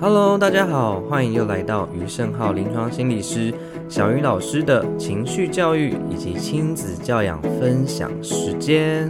Hello， 大家好，欢迎又来到余胜浩临床心理师小鱼老师的情绪教育以及亲子教养分享时间。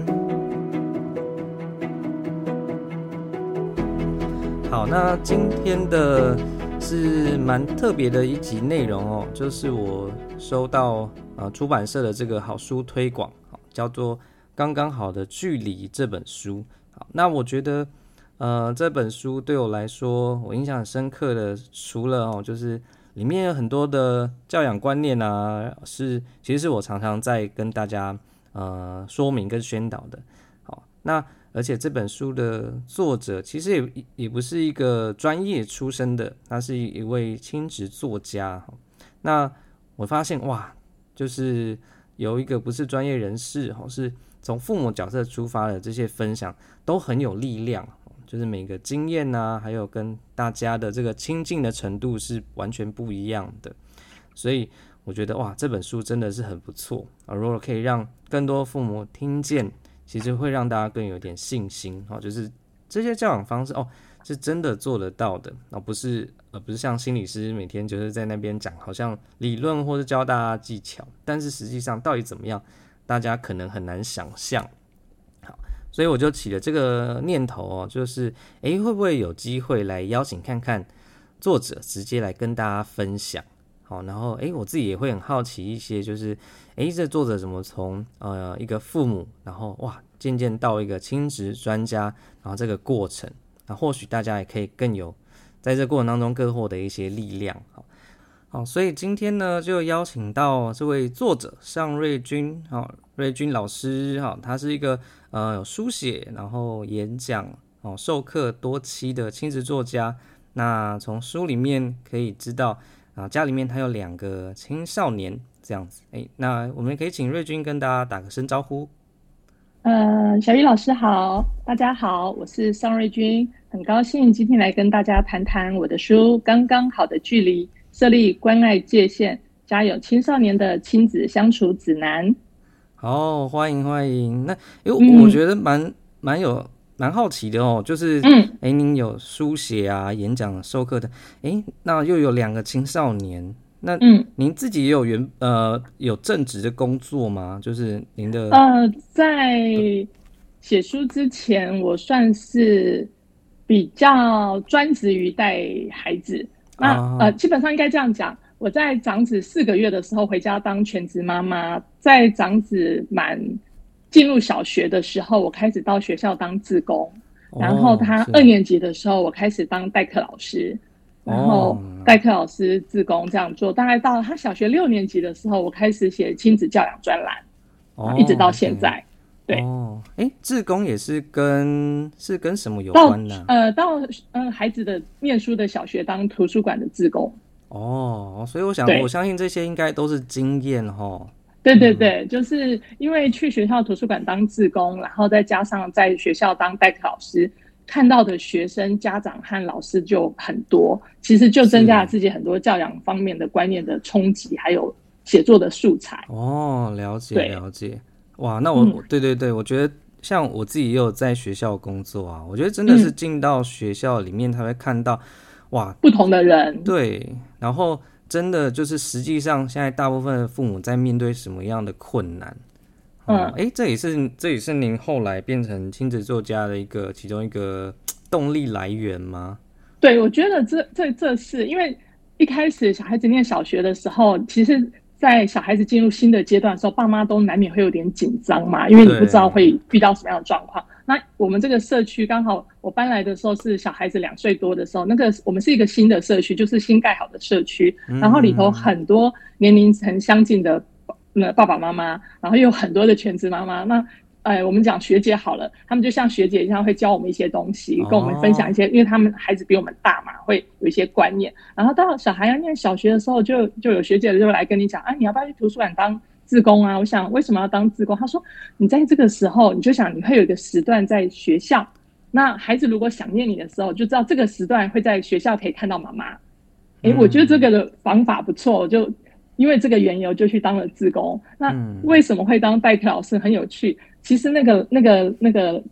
好，那今天的是蛮特别的一集内容哦，就是我收到出版社的这个好书推广，叫做《刚刚好的距离》这本书。好，那我觉得这本书对我来说，我印象很深刻的，除了就是里面有很多的教养观念啊，其实是我常常在跟大家说明跟宣导的。好，那而且这本书的作者其实也不是一个专业出身的，他是一位亲职作家。那我发现哇，就是有一个不是专业人士，是从父母角色出发的这些分享都很有力量。就是每个经验啊，还有跟大家的这个亲近的程度是完全不一样的，所以我觉得哇，这本书真的是很不错啊！如果可以让更多父母听见，其实会让大家更有点信心哦。就是这些教养方式是真的做得到的，不是像心理师每天就是在那边讲，好像理论或是教大家技巧，但是实际上到底怎么样，大家可能很难想象。所以我就起了这个念头就是会不会有机会来邀请看看作者直接来跟大家分享。好，然后我自己也会很好奇一些，就是这作者怎么从一个父母，然后渐渐到一个亲职专家，然后这个过程，或许大家也可以更有在这过程当中更获得一些力量。好，所以今天呢就邀请到这位作者尚瑞君，瑞君老师，他是一个有书写然后演讲授课多期的亲子作家。那从书里面可以知道家里面他有2个青少年这样子。那我们可以请瑞君跟大家打个声招呼。 小鱼老师好，大家好，我是尚瑞君，很高兴今天来跟大家谈谈我的书《刚刚好的距离》，设立关爱界限，家有青少年的亲子相处指南。 好，欢迎欢迎。那我觉得蛮好奇的就是您有书写啊、演讲、授课的，那又有2个青少年，那您自己也有正职的工作吗？就是您的在写书之前，我算是比较专职于带孩子。那基本上应该这样讲，我在长子4个月的时候回家当全职妈妈，在长子进入小学的时候，我开始到学校当志工，然后他2年级的时候，我开始当代课老师，然后代课老师志工这样做，大概到他小学6年级的时候，我开始写亲子教养专栏，一直到现在。对， 志工也是跟什么有关呢？ 到孩子的念书的小学当图书馆的志工。 所以我相信这些应该都是经验对对对，就是因为去学校图书馆当志工，然后再加上在学校当代课老师，看到的学生、家长和老师就很多，其实就增加了自己很多教养方面的观念的冲击，还有写作的素材。 了解了解。哇，那对对对，我觉得像我自己也有在学校工作啊，我觉得真的是进到学校里面才会看到不同的人。 对，然后真的就是实际上现在大部分的父母在面对什么样的困难。这也是您后来变成亲子作家的其中一个动力来源吗？ 对，我觉得这是因为一开始小孩子念小学的时候，其实在小孩子进入新的阶段的时候，爸妈都难免会有点紧张嘛，因为你不知道会遇到什么样的状况。那我们这个社区刚好我搬来的时候是小孩子2岁多的时候，我们是一个新的社区，就是新盖好的社区，然后里头很多年龄层相近的爸爸妈妈，然后又有很多的全职妈妈。那我们讲学姐好了，他们就像学姐一样会教我们一些东西，跟我们分享一些，因为他们孩子比我们大嘛，会有一些观念。然后到小孩要念小学的时候，就有学姐就来跟你讲，你要不要去图书馆当志工啊？我想为什么要当志工？他说你在这个时候，你就想你会有一个时段在学校，那孩子如果想念你的时候，就知道这个时段会在学校可以看到妈妈。我觉得这个的方法不错，我就因为这个缘由就去当了志工。那为什么会当代课老师？很有趣。其实那个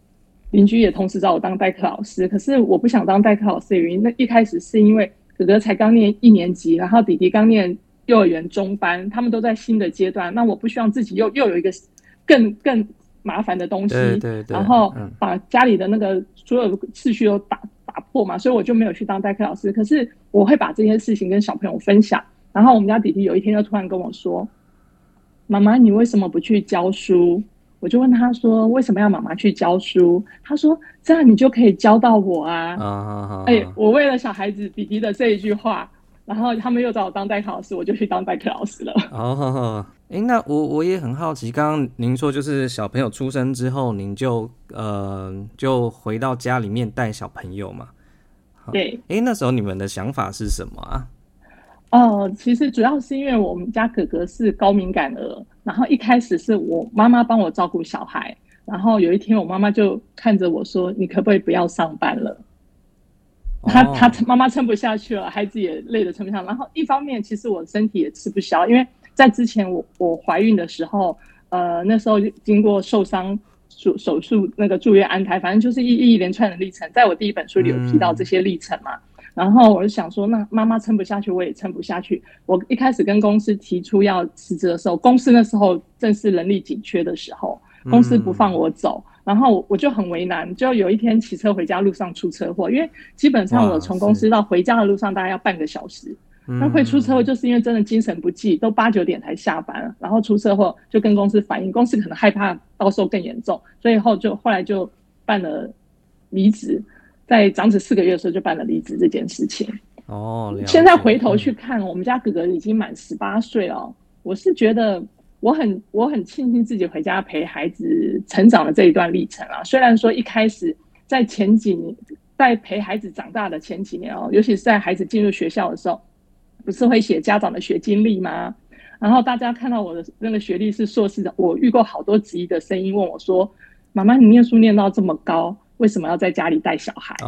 邻居也同时找我当代课老师，可是我不想当代课老师的原因，那一开始是因为哥哥才刚念1年级，然后弟弟刚念幼儿园中班，他们都在新的阶段，那我不希望自己又有一个更麻烦的东西， 对对对， 然后把家里的那个所有的秩序都打破嘛，所以我就没有去当代课老师。可是我会把这些事情跟小朋友分享，然后我们家弟弟有一天就突然跟我说：妈妈，你为什么不去教书？我就问他说：为什么要妈妈去教书？他说：这样你就可以教到我啊！我为了小孩子弟弟的这一句话，然后他们又找我当代课老师，我就去当代课老师了。 那我也很好奇，刚刚您说就是小朋友出生之后，您就回到家里面带小朋友嘛？ 对。 那时候你们的想法是什么啊？ 其实主要是因为我们家哥哥是高敏感儿，然后一开始是我妈妈帮我照顾小孩，然后有一天我妈妈就看着我说：你可不可以不要上班了？妈妈撑不下去了，孩子也累得撑不下。然后一方面其实我身体也吃不消，因为在之前我怀孕的时候，那时候经过受伤手术那个住院安胎，反正就是一连串的历程，在我第一本书里有提到这些历程嘛。然后我就想说，那妈妈撑不下去，我也撑不下去。我一开始跟公司提出要辞职的时候，公司那时候正是人力紧缺的时候，公司不放我走，然后我就很为难。就有一天骑车回家路上出车祸，因为基本上我从公司到回家的路上大概要半个小时。那会出车祸就是因为真的精神不济，都8、9点才下班，然后出车祸就跟公司反映，公司可能害怕到时候更严重，所以后来就办了离职。在长子4个月的时候就办了离职这件事情。现在回头去看，我们家哥哥已经满18岁了。我是觉得我很庆幸自己回家陪孩子成长的这一段历程啊。虽然说一开始在前几年，在陪孩子长大的前几年尤其是在孩子进入学校的时候，不是会写家长的学经历吗？然后大家看到我的那个学历是硕士的，我遇过好多质疑的声音，问我说：妈妈，你念书念到这么高，为什么要在家里带小孩？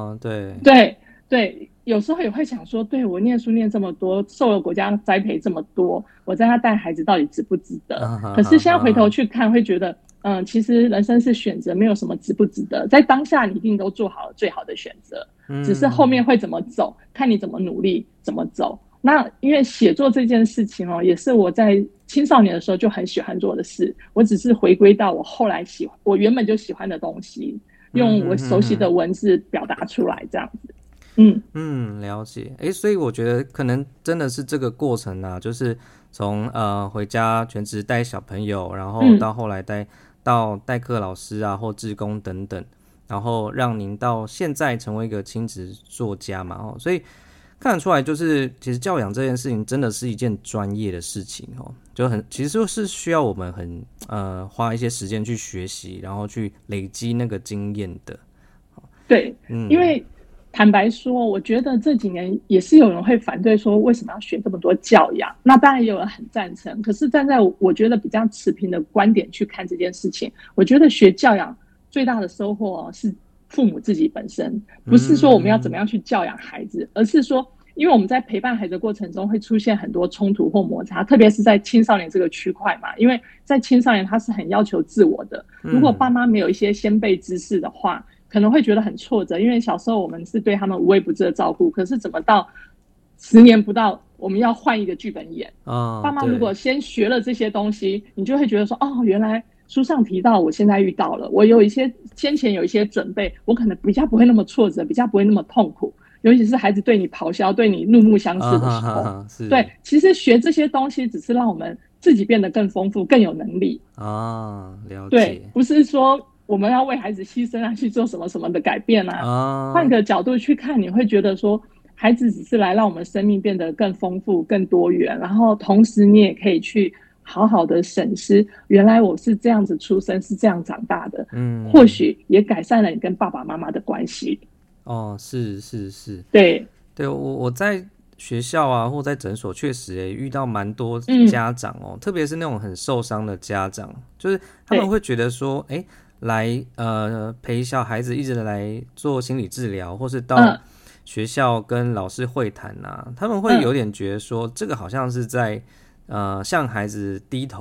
对，有时候也会想说，对，我念书念这么多，受了国家栽培这么多，我在他带孩子到底值不值得？可是现在回头去看，会觉得其实人生是选择，没有什么值不值得，在当下你一定都做好了最好的选择，只是后面会怎么走，看你怎么努力怎么走。那因为写作这件事情也是我在青少年的时候就很喜欢做的事，我只是回归到我后来我原本就喜欢的东西，用我熟悉的文字表达出来，这样子。 了解。所以我觉得可能真的是这个过程啊，就是从回家全职带小朋友，然后到后来到代课老师啊或志工等等，然后让您到现在成为一个亲子作家嘛。所以看得出来，就是其实教养这件事情真的是一件专业的事情其实是需要我们很花一些时间去学习，然后去累积那个经验的。 对，因为坦白说，我觉得这几年也是有人会反对说为什么要学这么多教养，那当然也有人很赞成。可是站在我觉得比较持平的观点去看这件事情，我觉得学教养最大的收获是父母自己本身，不是说我们要怎么样去教养孩子，而是说因为我们在陪伴孩子的过程中会出现很多冲突或摩擦，特别是在青少年这个区块嘛，因为在青少年他是很要求自我的，如果爸妈没有一些先辈知识的话，可能会觉得很挫折，因为小时候我们是对他们无微不至的照顾，可是怎么到10年不到我们要换一个剧本演爸妈如果先学了这些东西，你就会觉得说原来书上提到我现在遇到了，我先前有一些准备，我可能比较不会那么挫折，比较不会那么痛苦，尤其是孩子对你咆哮对你怒目相视的时候对，其实学这些东西只是让我们自己变得更丰富更有能力了解。 对，不是说我们要为孩子牺牲去做什么什么的改变换个角度去看，你会觉得说孩子只是来让我们生命变得更丰富更多元，然后同时你也可以去好好的审视，原来我是这样子出生是这样长大的或许也改善了你跟爸爸妈妈的关系是对， 我在学校啊或在诊所确实也遇到蛮多家长特别是那种很受伤的家长，就是他们会觉得说来陪小孩子一直来做心理治疗，或是到学校跟老师会谈他们会有点觉得说这个好像是在向孩子低头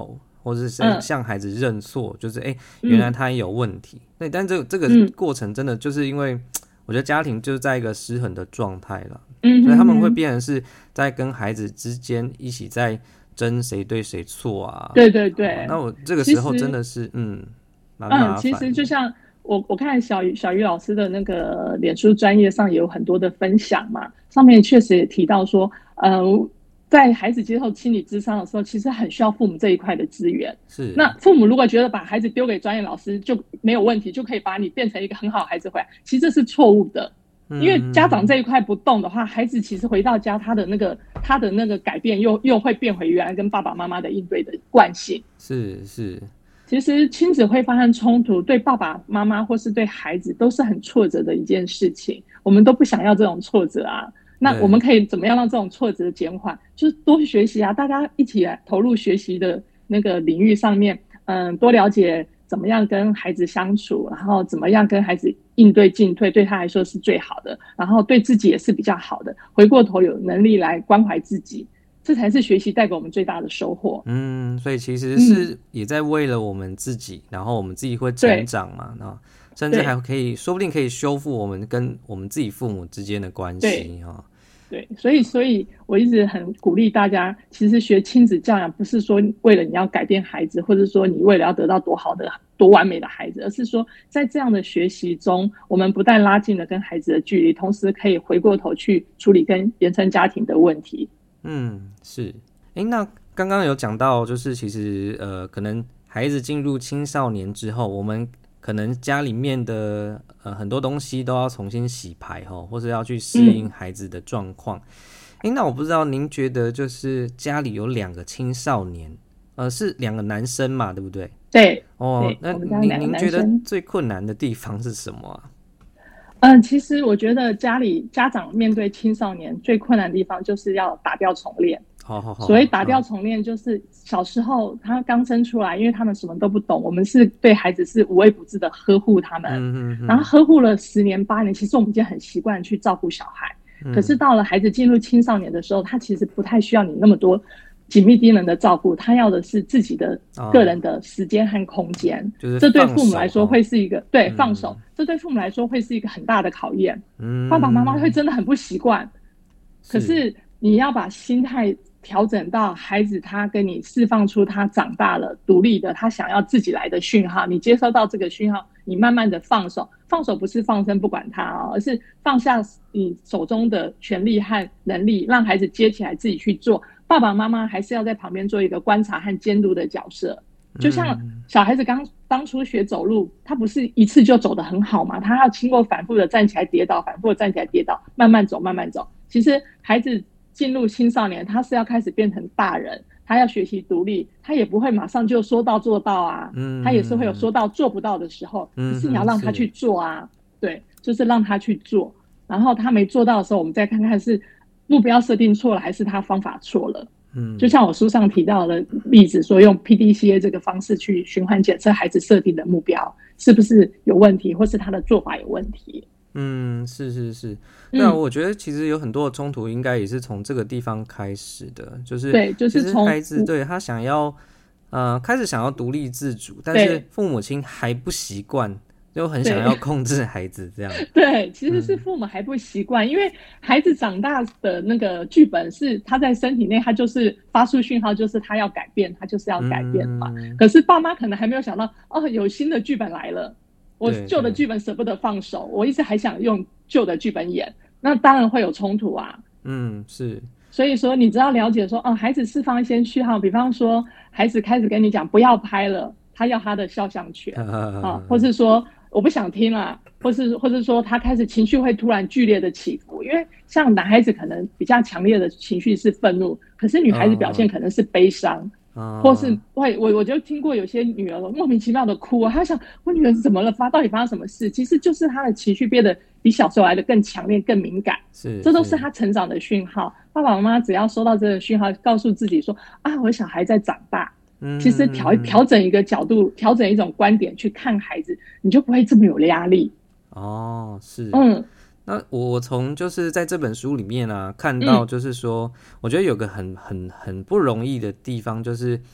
或者是向孩子认错，就是原来他也有问题。但这个过程真的就是因为我觉得家庭就是在一个失衡的状态了，所以他们会变成是在跟孩子之间一起在争谁对谁错啊。 对对对， 那我这个时候真的是蛮麻烦的。 其实就像我看小鱼老师的那个脸书专页上也有很多的分享嘛，上面确实也提到说，在孩子接受心理咨商的时候，其实很需要父母这一块的资源。 是， 那父母如果觉得把孩子丢给专业老师就没有问题，就可以把你变成一个很好的孩子回来，其实这是错误的。因为家长这一块不动的话，孩子其实回到家，他的那个改变又会变回原来跟爸爸妈妈的应对的惯性。 是， 其实亲子会发生冲突，对爸爸妈妈或是对孩子都是很挫折的一件事情，我们都不想要这种挫折啊。那我们可以怎么样让这种挫折减缓？就是多去学习啊，大家一起来投入学习的那个领域上面，多了解怎么样跟孩子相处，然后怎么样跟孩子应对进退，对他来说是最好的，然后对自己也是比较好的。回过头有能力来关怀自己，这才是学习带给我们最大的收获。 所以其实是也在为了我们自己，然后我们自己会成长嘛，然后甚至还可以，说不定可以修复我们跟我们自己父母之间的关系哈。 对，所以我一直很鼓励大家，其实学亲子教养不是说为了你要改变孩子，或者说你为了要得到多好的、多完美的孩子，而是说在这样的学习中，我们不但拉近了跟孩子的距离，同时可以回过头去处理跟原生家庭的问题。 是。那刚刚有讲到，就是其实可能孩子进入青少年之后，我们可能家里面的很多东西都要重新洗牌或者要去适应孩子的状况。那我不知道您觉得，就是家里有2个青少年，是2个男生嘛，对不对？ 对。 那您觉得最困难的地方是什么其实我觉得家长面对青少年最困难的地方就是要打掉重练。所以打掉重练就是小时候他刚生出来，因为他们什么都不懂，我们是对孩子是无微不至的呵护他们，然后呵护了10年8年，其实我们已经很习惯去照顾小孩。可是到了孩子进入青少年的时候，他其实不太需要你那么多紧密低能的照顾，他要的是自己的个人的时间和空间。这对父母来说会是一个放手，这对父母来说会是一个很大的考验。爸爸妈妈会真的很不习惯。可是你要把心态调整到孩子他跟你释放出他长大了独立的他想要自己来的讯号，你接收到这个讯号，你慢慢的放手不是放生不管他而是放下你手中的权利和能力，让孩子接起来自己去做。爸爸妈妈还是要在旁边做一个观察和监督的角色。就像小孩子当初学走路，他不是一次就走得很好嘛，他要经过反复的站起来跌倒，反复的站起来跌倒，慢慢走。其实孩子进入青少年，他是要开始变成大人，他要学习独立，他也不会马上就说到做到啊，他也是会有说到做不到的时候，可是你要让他去做啊。对，就是让他去做，然后他没做到的时候，我们再看看是目标设定错了还是他方法错了。就像我书上提到的例子说，用 PDCA 这个方式去循环检测孩子设定的目标是不是有问题，或是他的做法有问题。 是。对啊，我觉得其实有很多的冲突应该也是从这个地方开始的，就是其实孩子对他想要开始想要独立自主，但是父母亲还不习惯，就很想要控制孩子这样。 对，其实是父母还不习惯，因为孩子长大的那个剧本是他在身体内，他就是发出讯号，就是他要改变，他就是要改变嘛。可是爸妈可能还没有想到，有新的剧本来了，我旧的剧本舍不得放手，我一直还想用旧的剧本演，那当然会有冲突啊。 是。 所以说，你只要了解说，孩子释放一些讯号，比方说，孩子开始跟你讲不要拍了，他要他的肖像权或是说我不想听了，或是说他开始情绪会突然剧烈的起伏，因为像男孩子可能比较强烈的情绪是愤怒，可是女孩子表现可能是悲伤。或是我就听过有些女儿莫名其妙的哭她想我女儿怎么了，到底发生什么事，其实就是她的情绪变得比小时候来的更强烈更敏感，这都是她成长的讯号。爸爸妈妈只要收到这个讯号，告诉自己说我的小孩在长大，其实调整一个角度，调整一种观点去看孩子，你就不会这么有压力。 是。那我从就是在这本书里面看到就是说，我觉得有个很不容易的地方，就是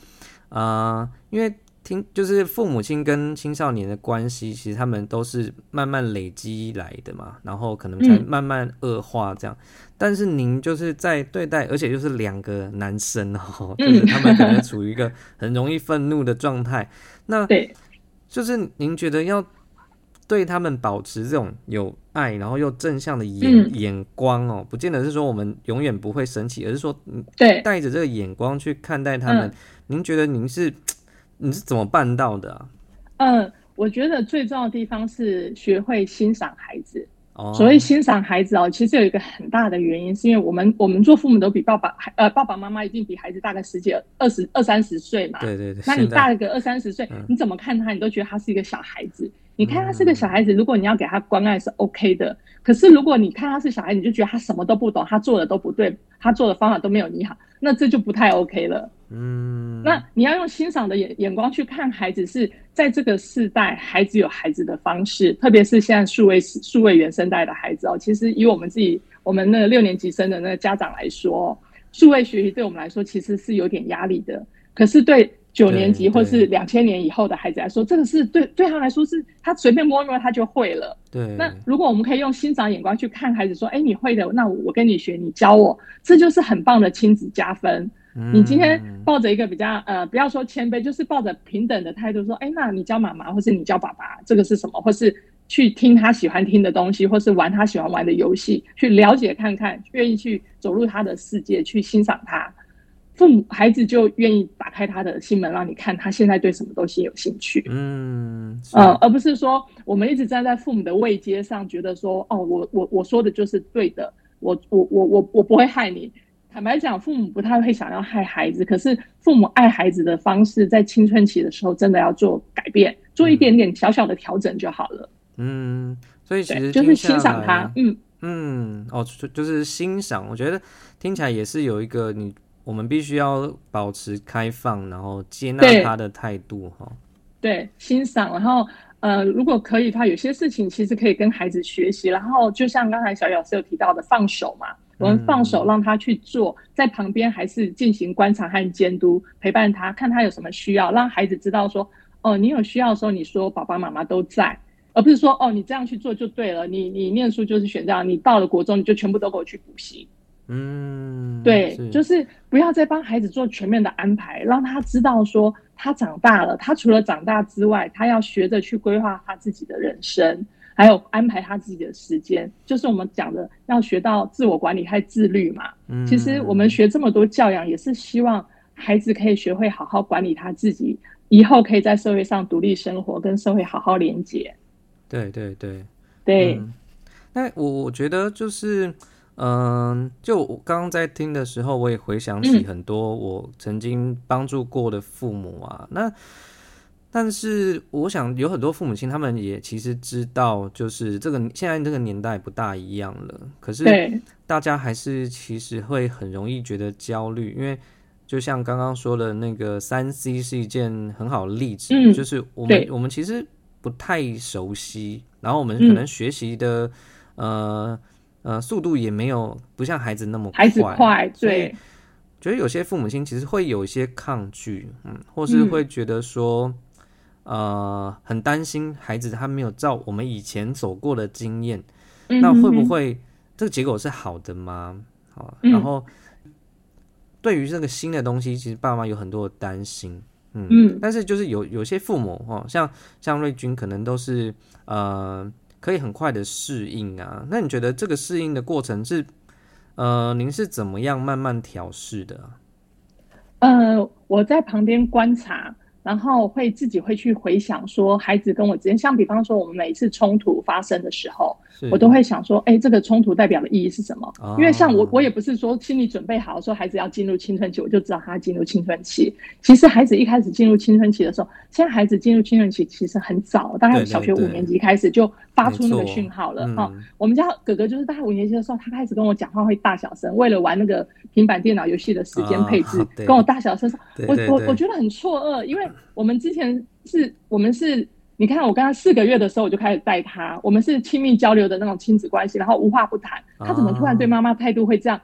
因为就是父母亲跟青少年的关系，其实他们都是慢慢累积来的嘛，然后可能才慢慢恶化这样。但是您就是在对待，而且就是2个男生就是他们可能处于一个很容易愤怒的状态。那对， 就是您觉得要对他们保持这种有爱，然后又正向的眼光不见得是说我们永远不会生气，而是说带着这个眼光去看待他们。您觉得你是怎么办到的啊？ 我觉得最重要的地方是学会欣赏孩子。所谓欣赏孩子其实有一个很大的原因，是因为我们做父母都比爸爸妈妈一定比孩子大概十几、20、30岁嘛。 对对对。 那你大个20、30岁，你怎么看他，你都觉得他是一个小孩子。你看他是个小孩子，如果你要给他关爱是 OK 的。可是如果你看他是小孩，你就觉得他什么都不懂，他做的都不对，他做的方法都没有你好，那这就不太 OK 了。那你要用欣赏的眼光去看孩子，是在这个世代，孩子有孩子的方式，特别是现在数位原生代的孩子其实以我们那个6年级生的那个家长来说，数位学习对我们来说其实是有点压力的。可是对9年级或是2000年以后的孩子来说，这个是对他来说是他随便摸摸他就会了。 对。 那如果我们可以用欣赏眼光去看孩子，说，你会的，那我跟你学，你教我，这就是很棒的亲子加分。你今天抱着一个比较不要说谦卑，就是抱着平等的态度说，那你教妈妈或是你教爸爸这个是什么，或是去听他喜欢听的东西，或是玩他喜欢玩的游戏，去了解看看，愿意去走入他的世界，去欣赏他，孩子就愿意打开他的心门，让你看他现在对什么东西有兴趣。而不是说我们一直站在父母的位阶上，觉得说我说的就是对的，我不会害你。坦白讲，父母不太会想要害孩子，可是父母爱孩子的方式，在青春期的时候真的要做改变，做一点点小小的调整就好了。 所以其实就是欣赏他。 就是欣赏，我觉得听起来也是有一个我们必须要保持开放，然后接纳他的态度对，欣赏，然后如果可以的话，有些事情其实可以跟孩子学习，然后就像刚才小雨老师有提到的放手嘛，我们放手让他去做，在旁边还是进行观察和监督，陪伴他，看他有什么需要，让孩子知道说，你有需要的时候你说爸爸妈妈都在，而不是说你这样去做就对了，你念书就是选这样，你到了国中你就全部都给我去补习。对，就是不要再帮孩子做全面的安排，让他知道说他长大了，他除了长大之外，他要学着去规划他自己的人生，还有安排他自己的时间，就是我们讲的要学到自我管理和自律嘛。其实我们学这么多教养，也是希望孩子可以学会好好管理他自己，以后可以在社会上独立生活，跟社会好好连结。 对对对对。 那我觉得就是就我刚刚在听的时候，我也回想起很多我曾经帮助过的父母啊。但是我想有很多父母亲，他们也其实知道，就是现在这个年代不大一样了。可是大家还是其实会很容易觉得焦虑，因为就像刚刚说的那个3C 是一件很好的例子，就是我们其实不太熟悉，然后我们可能学习的速度也没有不像孩子那么快，对， 觉得有些父母亲其实会有一些抗拒，或是会觉得说，很担心孩子他没有照我们以前走过的经验，那会不会这个结果是好的吗？然后对于这个新的东西，其实爸妈有很多的担心，但是就是有些父母像瑞君可能都是可以很快的适应啊。那你觉得这个适应的过程是您是怎么样慢慢调试的我在旁边观察，然后自己会去回想说孩子跟我之间，像比方说我们每一次冲突发生的时候，我都会想说这个冲突代表的意义是什么？因为像我也不是说心里准备好说孩子要进入青春期我就知道他进入青春期，其实孩子一开始进入青春期的时候，现在孩子进入青春期其实很早，大概小学5年级开始就发出那个讯号了。我们家哥哥就是大概5年级的时候，他开始跟我讲话会大小声，为了玩那个平板电脑游戏的时间配置，跟我大小声说，我觉得很错愕，因为我们之前你看我刚刚4个月的时候我就开始带他，我们是亲密交流的那种亲子关系，然后无话不谈，他怎么突然对妈妈态度会这样？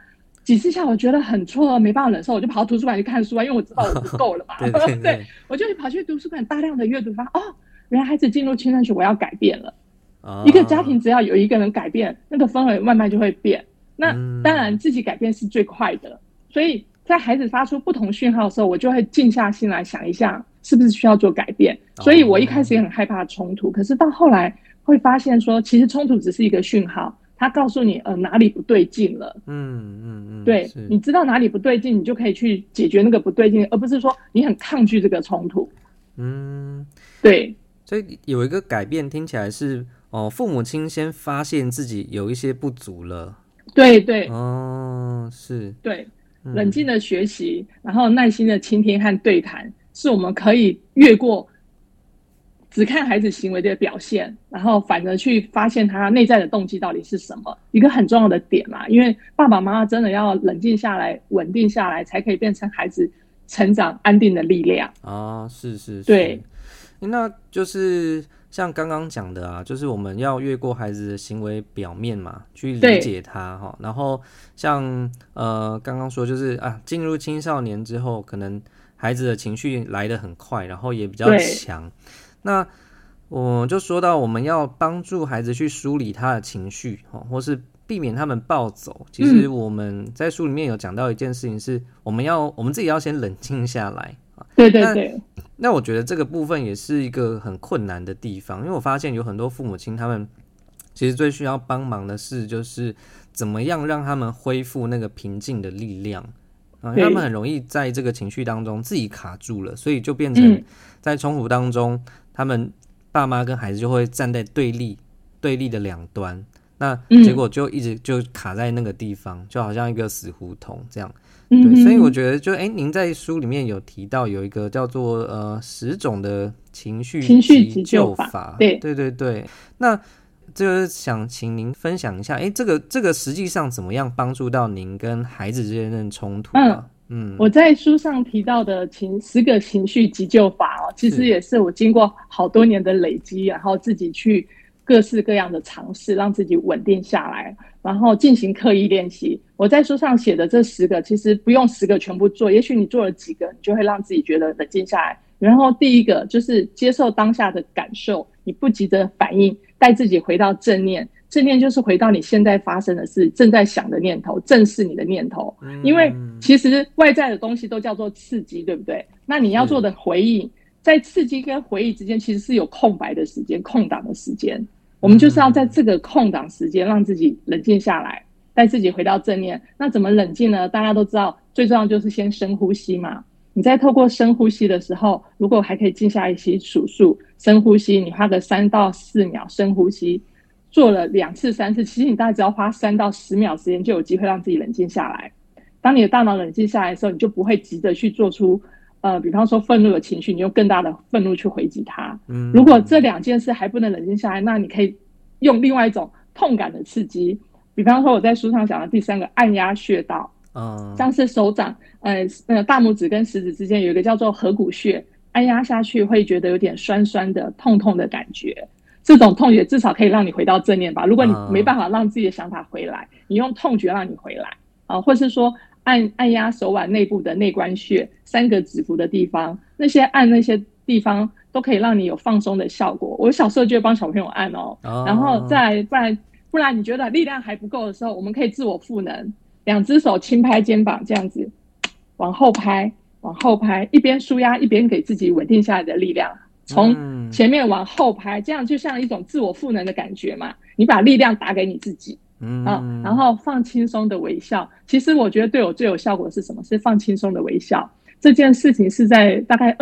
几次下来我觉得很错愕，没办法忍受，我就跑到图书馆去看书啊，因为我知道我不够了嘛。 对对对，我就跑去图书馆大量的阅读，发现哦，原来孩子进入青春期，我要改变了。一个家庭只要有一个人改变，那个氛围慢慢就会变。那当然自己改变是最快的，所以在孩子发出不同讯号的时候，我就会静下心来想一下是不是需要做改变。所以我一开始也很害怕冲突，可是到后来会发现说，其实冲突只是一个讯号，它告诉你哪里不对劲了。对，你知道哪里不对劲，你就可以去解决那个不对劲，而不是说你很抗拒这个冲突。对。 所以有一个改变听起来是父母亲先发现自己有一些不足了。 对对。 是。 对，冷静的学习，然后耐心的倾听和对谈，是我们可以越过只看孩子行为的表现，然后反而去发现他内在的动机到底是什么，一个很重要的点啦。因为爸爸妈妈真的要冷静下来，稳定下来，才可以变成孩子成长安定的力量。 是。 对。 那就是像刚刚讲的啊，就是我们要越过孩子的行为表面嘛，去理解他然后像刚刚说就是进入青少年之后，可能孩子的情绪来得很快，然后也比较强。那我就说到我们要帮助孩子去梳理他的情绪或是避免他们暴走。其实我们在书里面有讲到一件事情是，我们自己要先冷静下来。 对对对。 那我觉得这个部分也是一个很困难的地方，因为我发现有很多父母亲他们其实最需要帮忙的是，就是怎么样让他们恢复那个平静的力量因为他们很容易在这个情绪当中自己卡住了，所以就变成在冲突当中，他们爸妈跟孩子就会站在对立的两端，那结果就一直就卡在那个地方，就好像一个死胡同这样。对，所以我觉得就您在书里面有提到有一个叫做10种的情绪急救法。对，那就是想请您分享一下这个实际上怎么样帮助到您跟孩子之间的冲突我在书上提到的10个情绪急救法其实也是我经过好多年的累积，然后自己去各式各样的尝试，让自己稳定下来，然后进行刻意练习。我在书上写的这10个，其实不用10个全部做，也许你做了几个，你就会让自己觉得冷静下来。然后第一个就是接受当下的感受，你不急着反应，带自己回到正念。正念就是回到你现在发生的事，正在想的念头，正视你的念头。因为其实外在的东西都叫做刺激，对不对？那你要做的回应，在刺激跟回应之间其实是有空白的时间，空档的时间。我们就是要在这个空档时间让自己冷静下来，带自己回到正念。那怎么冷静呢？大家都知道最重要就是先深呼吸嘛。你在透过深呼吸的时候，如果还可以静下来数数深呼吸，你花个3到4秒深呼吸，做了2次3次，其实你大概只要花3到10秒时间就有机会让自己冷静下来。当你的大脑冷静下来的时候，你就不会急着去做出比方说愤怒的情绪，你用更大的愤怒去回击它。如果这2件事还不能冷静下来，那你可以用另外一种痛感的刺激，比方说我在书上讲的第3个按压穴道，像是手掌大拇指跟食指之间有一个叫做合谷穴，按压下去会觉得有点酸酸的痛痛的感觉，这种痛觉至少可以让你回到正念吧。如果你没办法让自己的想法回来，你用痛觉让你回来或是说按压手腕内部的内关穴3个指腹的地方，那些地方都可以让你有放松的效果。我小时候就会帮小朋友按然后再不然你觉得力量还不够的时候，我们可以自我赋能，2只手轻拍肩膀，这样子往后拍，一边舒压一边给自己稳定下来的力量，从前面往后拍，这样就像一种自我赋能的感觉嘛。你把力量打给你自己。然后放轻松的微笑。其实我觉得对我最有效果是什么？是放轻松的微笑。这件事情是在大概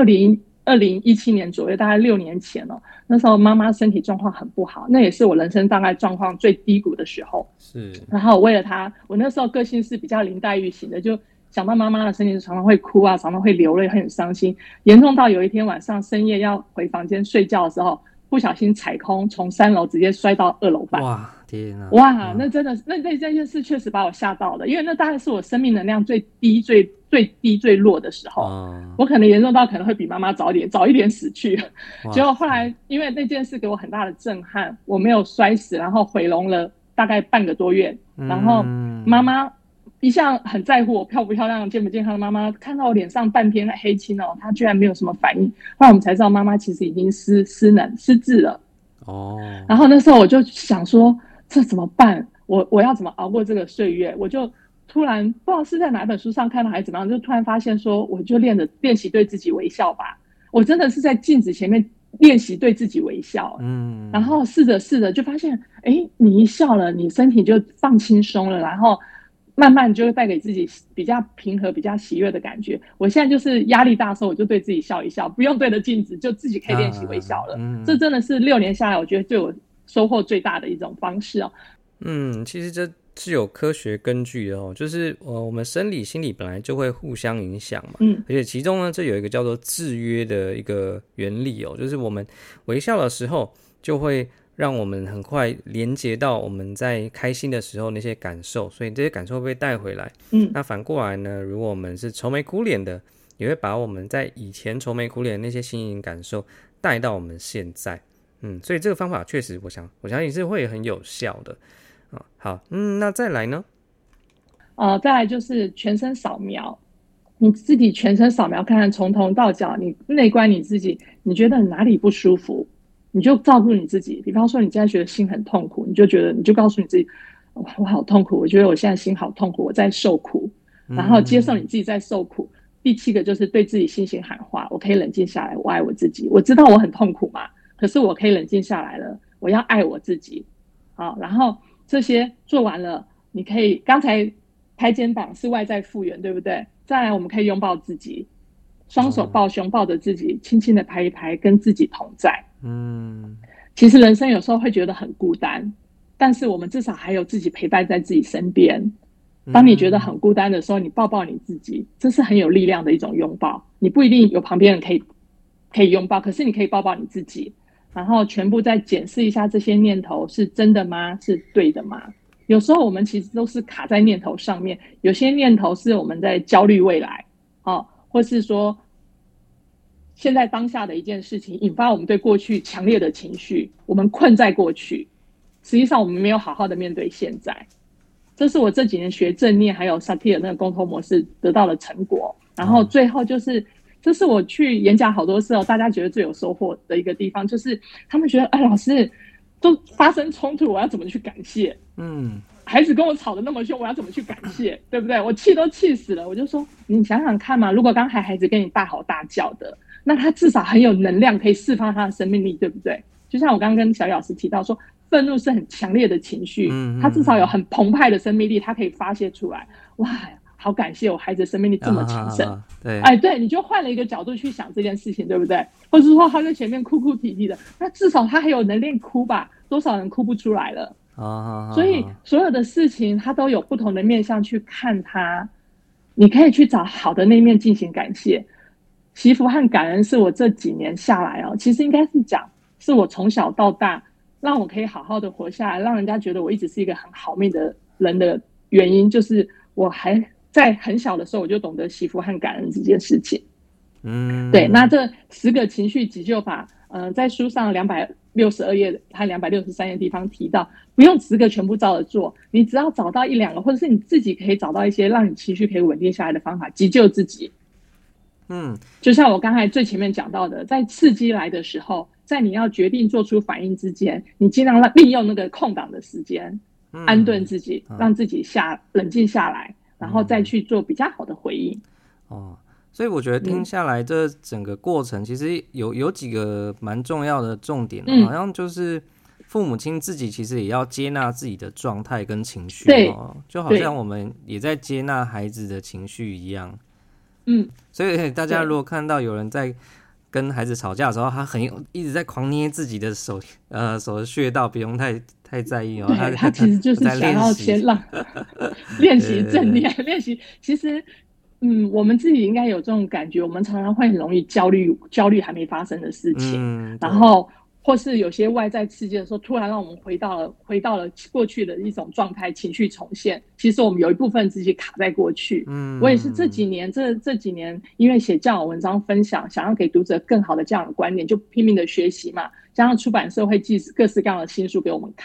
2017年左右，大概6年前那时候妈妈身体状况很不好，那也是我人生大概状况最低谷的时候。然后为了她，我那时候个性是比较林黛玉型的，就想到妈妈的身体常常会哭常常会流泪，很伤心，严重到有一天晚上深夜要回房间睡觉的时候，不小心踩空，从3楼直接摔到2楼半。哇，那真的那件事确实把我吓到了，因为那大概是我生命能量最低最弱的时候。我可能严重到可能会比妈妈早一点死去。结果后来因为那件事给我很大的震撼，我没有摔死，然后回笼了大概半个多月，然后妈妈一向很在乎我漂不漂亮、健不健康的妈妈，看到我脸上半片黑青哦，她居然没有什么反应。后来我们才知道，妈妈其实已经失智了。 哦， 然后那时候我就想说，这怎么办？我要怎么熬过这个岁月？我就突然不知道是在哪本书上看到还是怎么样，就突然发现说，我就练习对自己微笑吧。我真的是在镜子前面练习对自己微笑，然后试着就发现，哎，你一笑了，你身体就放轻松了，然后慢慢就会带给自己比较平和、比较喜悦的感觉。我现在就是压力大的时候，我就对自己笑一笑，不用对着镜子，就自己可以练习微笑了。这真的是6年下来，我觉得对我收获最大的一种方式哦。 其实这是有科学根据的哦，就是我们生理心理本来就会互相影响嘛，而且其中呢，这有一个叫做制约的一个原理哦，就是我们微笑的时候就会让我们很快连接到我们在开心的时候那些感受，所以这些感受会被带回来。那反过来呢，如果我们是愁眉苦脸的，也会把我们在以前愁眉苦脸的那些心情感受带到我们现在。所以这个方法确实我相信是会很有效的。好，那再来呢？ 再来就是全身扫描，你自己全身扫描看看，从头到脚，你内观你自己，你觉得哪里不舒服，你就照顾你自己。比方说，你现在觉得心很痛苦，你就告诉你自己，我好痛苦，我觉得我现在心好痛苦，我在受苦，然后接受你自己在受苦。第7个就是对自己心情喊话，我可以冷静下来，我爱我自己。我知道我很痛苦嘛，可是我可以冷静下来了，我要爱我自己。好，然后这些做完了，你可以刚才拍肩膀是外在复原，对不对？再来，我们可以拥抱自己，双手抱胸，抱着自己，轻轻的拍一拍，跟自己同在。其实人生有时候会觉得很孤单，但是我们至少还有自己陪伴在自己身边。当你觉得很孤单的时候，你抱抱你自己，这是很有力量的一种拥抱。你不一定有旁边人可以拥抱，可是你可以抱抱你自己，然后全部再检视一下这些念头是真的吗？是对的吗？有时候我们其实都是卡在念头上面，有些念头是我们在焦虑未来，或是说现在当下的一件事情引发我们对过去强烈的情绪，我们困在过去，实际上我们没有好好的面对现在。这是我这几年学正念还有萨提尔那个沟通模式得到的成果。然后最后就是这是我去演讲好多次大家觉得最有收获的一个地方，就是他们觉得老师都发生冲突，我要怎么去感谢？孩子跟我吵得那么凶，我要怎么去感谢？对不对？我气都气死了，我就说你想想看嘛，如果刚才孩子跟你大吼大叫的，那他至少很有能量可以释放他的生命力，对不对？就像我刚刚跟小老师提到说，愤怒是很强烈的情绪，他至少有很澎湃的生命力，他可以发泄出来。哇，好感谢我孩子生命力这么强盛。对，你就换了一个角度去想这件事情，对不对？或者说他在前面哭哭啼啼的，那至少他还有能力哭吧？多少人哭不出来了？所以所有的事情他都有不同的面向去看它，你可以去找好的那一面进行感谢。惜福和感恩是我这几年下来其实应该是讲是我从小到大让我可以好好的活下来，让人家觉得我一直是一个很好命的人的原因，就是我还在很小的时候我就懂得惜福和感恩这件事情。对，那这10个情绪急救法在书上262页和263页地方提到，不用10个全部照着做，你只要找到1、2个，或者是你自己可以找到一些让你情绪可以稳定下来的方法，急救自己。就像我刚才最前面讲到的，在刺激来的时候，在你要决定做出反应之间，你尽量利用那个空档的时间，安顿自己，让自己冷静下来，然后再去做比较好的回应。 所以我觉得听下来这整个过程其实有几个蛮重要的重点，好像就是父母亲自己其实也要接纳自己的状态跟情绪，就好像我们也在接纳孩子的情绪一样。所以大家如果看到有人在跟孩子吵架的时候，他一直在狂捏自己的手的穴道，不用太在意他其实就是想要先让练习正念，练习其实我们自己应该有这种感觉，我们常常会很容易焦虑还没发生的事情，然后或是有些外在刺激的时候，突然让我们回到了过去的一种状态，情绪重现。其实我们有一部分自己卡在过去。我也是这几年因为写教养文章分享，想要给读者更好的教养观念，就拼命的学习嘛。加上出版社会寄各式各样的新书给我们看，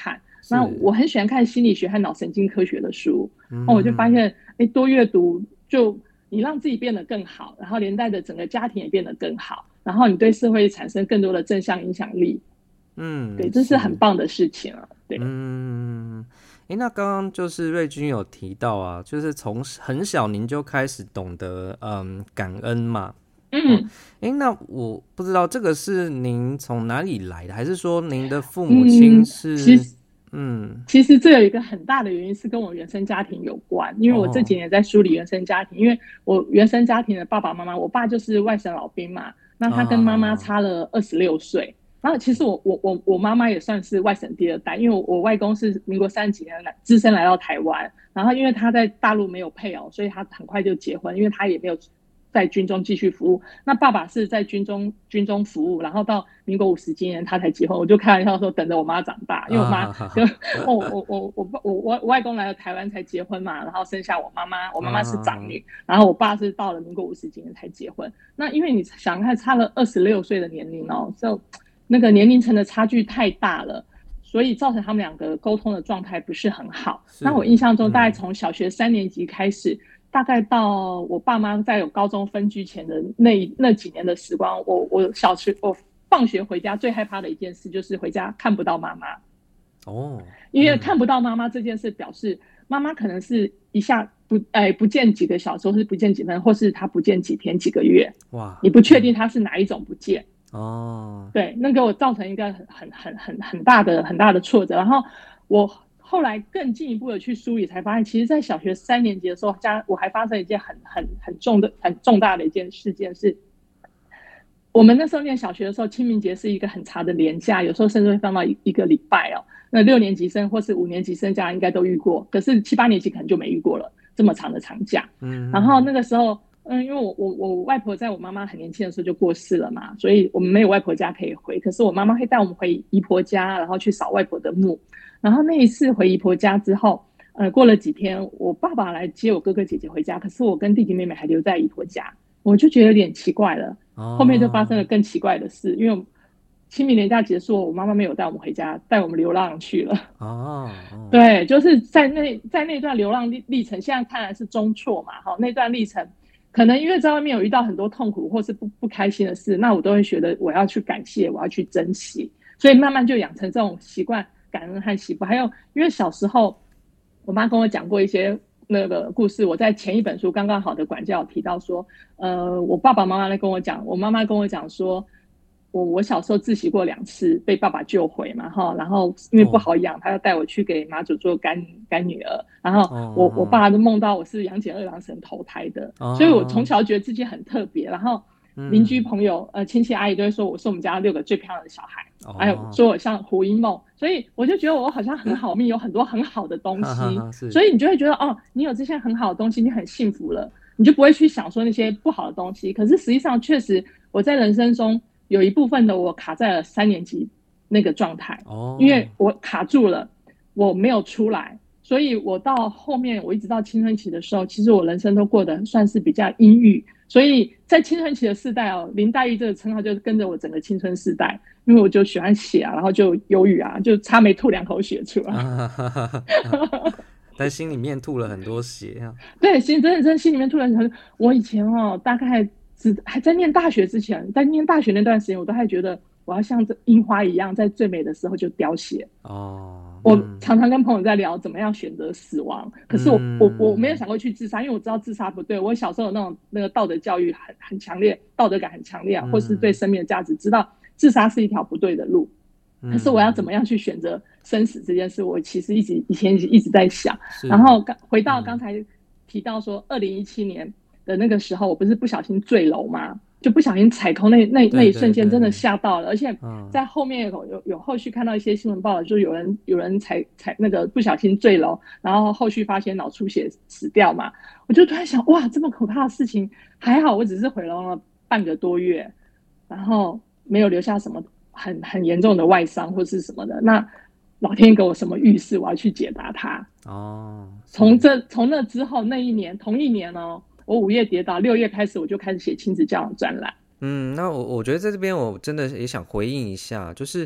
那我很喜欢看心理学和脑神经科学的书，那我就发现，多阅读就你让自己变得更好，然后连带的整个家庭也变得更好，然后你对社会产生更多的正向影响力。对，这是很棒的事情啊。对， 那刚刚就是瑞君有提到啊，就是从很小您就开始懂得感恩嘛。那我不知道这个是您从哪里来的，还是说您的父母亲是？ 其实这有一个很大的原因是跟我原生家庭有关，因为我这几年在梳理原生家庭，因为我原生家庭的爸爸妈妈，我爸就是外省老兵嘛，那他跟妈妈差了26岁。然后其实我妈妈也算是外省第二代，因为我外公是民国30几年只身来到台湾，然后因为他在大陆没有配偶，所以他很快就结婚，因为他也没有在军中继续服务。那爸爸是在军中服务，然后到民国50几年他才结婚。我就开玩笑说等着我妈长大，因为我妈就我外公来了台湾才结婚嘛，然后生下我妈妈，我妈妈是长女，然后我爸是到了民国50几年才结婚。那因为你想看差了26岁的年龄哦，就那个年龄层的差距太大了，所以造成他们两个沟通的状态不是很好。那我印象中大概从小学3年级开始，大概到我爸妈在有高中分居前的那几年的时光，我放学回家最害怕的一件事就是回家看不到妈妈。因为看不到妈妈这件事表示妈妈可能是一下不见几个小时，或是不见几分，或是她不见几天几个月。你不确定她是哪一种不见。对，那给我造成一个很大的挫折。然后我后来更进一步的去梳理，才发现，其实，在小学3年级的时候，我还发生一件很重大的一件事件是，我们那时候念小学的时候，清明节是一个很长的连假，有时候甚至会放到一个礼拜哦。那6年级生或是5年级生家应该都遇过，可是7、8年级可能就没遇过了这么长的长假。然后那个时候。因为我外婆在我妈妈很年轻的时候就过世了嘛，所以我们没有外婆家可以回。可是我妈妈会带我们回姨婆家，然后去扫外婆的墓。然后那一次回姨婆家之后，过了几天，我爸爸来接我哥哥姐姐回家，可是我跟弟弟妹妹还留在姨婆家，我就觉得有点奇怪了。后面就发生了更奇怪的事，因为清明连假结束，我妈妈没有带我们回家，带我们流浪去了。对，就是在那段流浪历程，现在看来是中辍嘛，那段历程。可能因为在外面有遇到很多痛苦或是不开心的事，那我都会觉得我要去感谢，我要去珍惜，所以慢慢就养成这种习惯，感恩和惜福。还有因为小时候我妈跟我讲过一些那个故事，我在前一本书刚刚好的管教提到说，我爸爸妈妈来跟我讲，我妈妈跟我讲说，我小时候自习过2次，被爸爸救回嘛，然后因为不好养，他要带我去给妈祖做干女儿，然后我爸就梦到我是杨戬2郎神投胎的，所以我从小觉得自己很特别，然后邻居朋友亲戚阿姨都会说我是我们家6个最漂亮的小孩，还有说我像胡因梦，所以我就觉得我好像很好命，有很多很好的东西，所以你就会觉得你有这些很好的东西，你很幸福了，你就不会去想说那些不好的东西。可是实际上确实我在人生中有一部分的我卡在了3年级那个状态，因为我卡住了，我没有出来，所以我到后面我一直到青春期的时候，其实我人生都过得算是比较阴郁，所以在青春期的世代林黛玉这个称号就跟着我整个青春世代，因为我就喜欢写然后就忧郁就差没吐2口血出来。 在心里面吐了很多血对，真的心里面吐了很多。我以前大概还在念大学之前，在念大学那段时间，我都还觉得我要像这樱花一样，在最美的时候就凋谢。我常常跟朋友在聊怎么样选择死亡，可是我没有想过去自杀，因为我知道自杀不对。我小时候有那个道德教育很强烈，道德感很强烈或是对生命的价值，知道自杀是一条不对的路。可是我要怎么样去选择生死这件事，我其实以前一直在想。然后回到刚才提到说2017年的那个时候，我不是不小心坠楼吗？就不小心踩空那一瞬间，真的吓到了。而且在后面有后续看到一些新闻报道，就有人踩那个不小心坠楼，然后后续发现脑出血死掉嘛。我就突然想，哇，这么可怕的事情，还好我只是毁容了半个多月，然后没有留下什么很严重的外伤或是什么的。那老天给我什么预示，我要去解答它。从那之后同一年我5月跌倒，6月开始我就开始写亲子教养专栏。 那我觉得在这边我真的也想回应一下，就是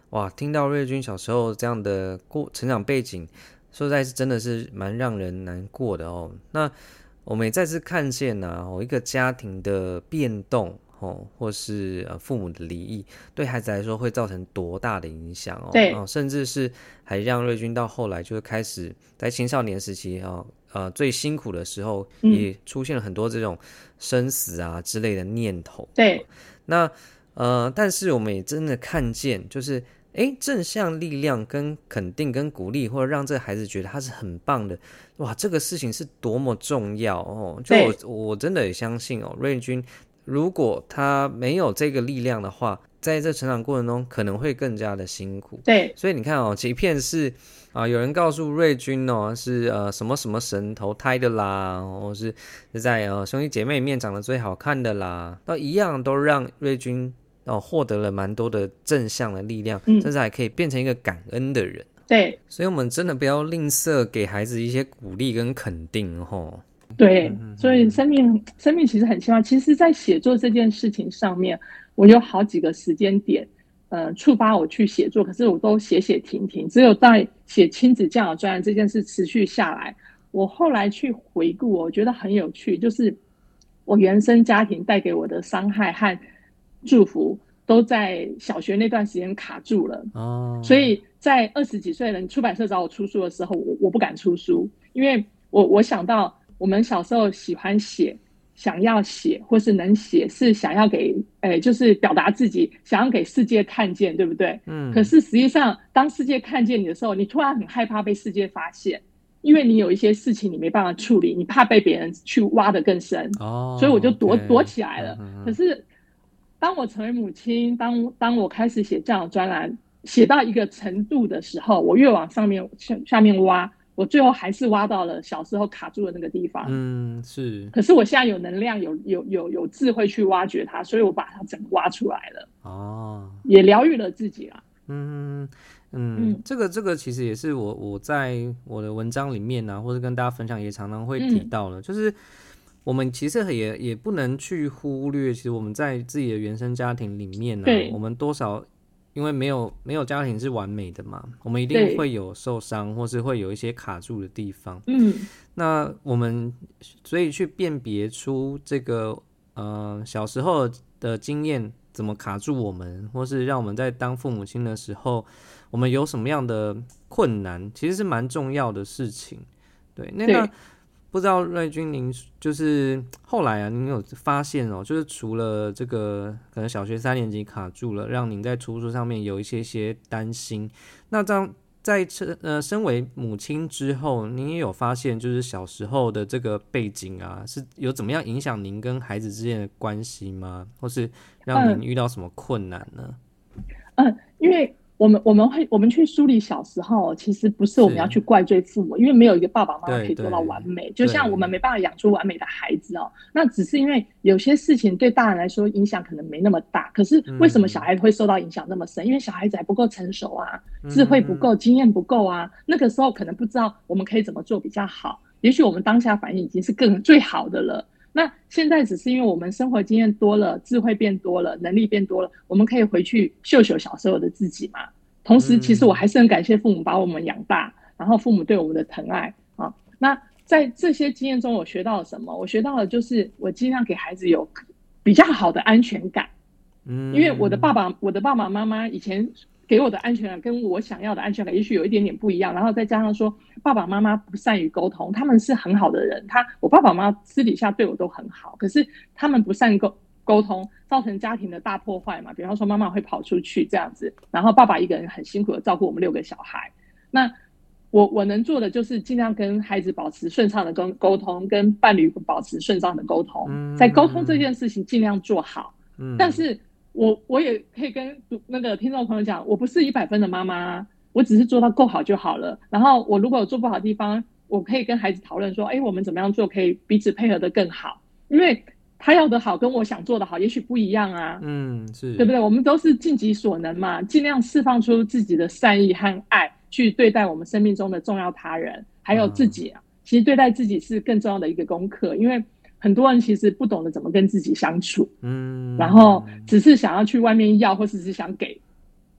哇，听到瑞君小时候这样的成长背景，说实在是真的是蛮让人难过的哦。那我们也再次看见一个家庭的变动或是父母的离异，对孩子来说会造成多大的影响哦。 对， 甚至是还让瑞君到后来就是开始在青少年时期最辛苦的时候，也出现了很多这种生死啊之类的念头。 对， 那但是我们也真的看见，就是正向力量跟肯定跟鼓励，或者让这个孩子觉得他是很棒的，哇，这个事情是多么重要哦！就我真的也相信哦，瑞君如果他没有这个力量的话，在这成长过程中可能会更加的辛苦。 对， 所以你看哦，即便是有人告诉瑞君是什么什么神投胎的啦，或是在兄弟姐妹里面长得最好看的啦，都一样都让瑞君获得了蛮多的正向的力量，甚至还可以变成一个感恩的人。 对， 所以我们真的不要吝啬给孩子一些鼓励跟肯定哦。 对，所以生命其实很奇妙。其实在写作这件事情上面，我有好几个时间点触发我去写作，可是我都写停，只有在写亲子教养专栏这件事持续下来，我后来去回顾，我觉得很有趣，就是我原生家庭带给我的伤害和祝福都在小学那段时间卡住了。所以在20几岁了，出版社找我出书的时候，我不敢出书，因为我想到我们小时候喜欢写，想要写或是能写，是想要给就是表达自己，想要给世界看见，对不对？可是实际上当世界看见你的时候，你突然很害怕被世界发现，因为你有一些事情你没办法处理，你怕被别人去挖得更深。所以我就躲起来了。可是当我成为母亲，当我开始写这样的专栏，写到一个程度的时候，我越往下面挖，我最后还是挖到了小时候卡住的那个地方。 是。 可是我现在有能量，有智慧去挖掘它，所以我把它整个挖出来了。也疗愈了自己啦。 这个其实也是我在我的文章里面或者跟大家分享也常常会提到的，就是我们其实也不能去忽略，其实我们在自己的原生家庭里面我们多少因为没有家庭是完美的嘛，我们一定会有受伤，或是会有一些卡住的地方。那我们所以去辨别出这个小时候的经验怎么卡住我们，或是让我们在当父母亲的时候，我们有什么样的困难，其实是蛮重要的事情。对，那不知道瑞君您就是后来您有发现就是除了这个可能小学3年级卡住了，让您在出书上面有一些担心，那这样在身为母亲之后，您也有发现就是小时候的这个背景是有怎么样影响您跟孩子之间的关系吗？或是让您遇到什么困难呢？ 因为我们去梳理小时候，其实不是我们要去怪罪父母，因为没有一个爸爸妈妈可以做到完美，就像我们没办法养出完美的孩子那只是因为有些事情对大人来说影响可能没那么大，可是为什么小孩会受到影响那么深？因为小孩子还不够成熟智慧不够，经验不够那个时候可能不知道我们可以怎么做比较好，也许我们当下反应已经是最好的了。那现在只是因为我们生活经验多了，智慧变多了，能力变多了，我们可以回去秀小时候的自己嘛。同时其实我还是很感谢父母把我们养大，然后父母对我们的疼爱那在这些经验中我学到了什么？我学到了就是我尽量给孩子有比较好的安全感。因为我的爸爸妈妈以前给我的安全感跟我想要的安全感也许有一点点不一样，然后再加上说爸爸妈妈不善于沟通，他们是很好的人，我爸爸妈妈私底下对我都很好，可是他们不善沟通，造成家庭的大破坏嘛。比方说妈妈会跑出去这样子，然后爸爸一个人很辛苦的照顾我们6个小孩。那我能做的就是尽量跟孩子保持顺畅的沟通，跟伴侣保持顺畅的沟通，在沟通这件事情尽量做好。但是我也可以跟那个听众朋友讲，我不是100分的妈妈，我只是做到够好就好了。然后我如果有做不好的地方，我可以跟孩子讨论说我们怎么样做可以彼此配合得更好，因为他要的好跟我想做的好也许不一样是对不对？我们都是尽己所能嘛，尽量释放出自己的善意和爱去对待我们生命中的重要他人还有自己其实对待自己是更重要的一个功课，因为很多人其实不懂得怎么跟自己相处然后只是想要去外面要，或是只是想给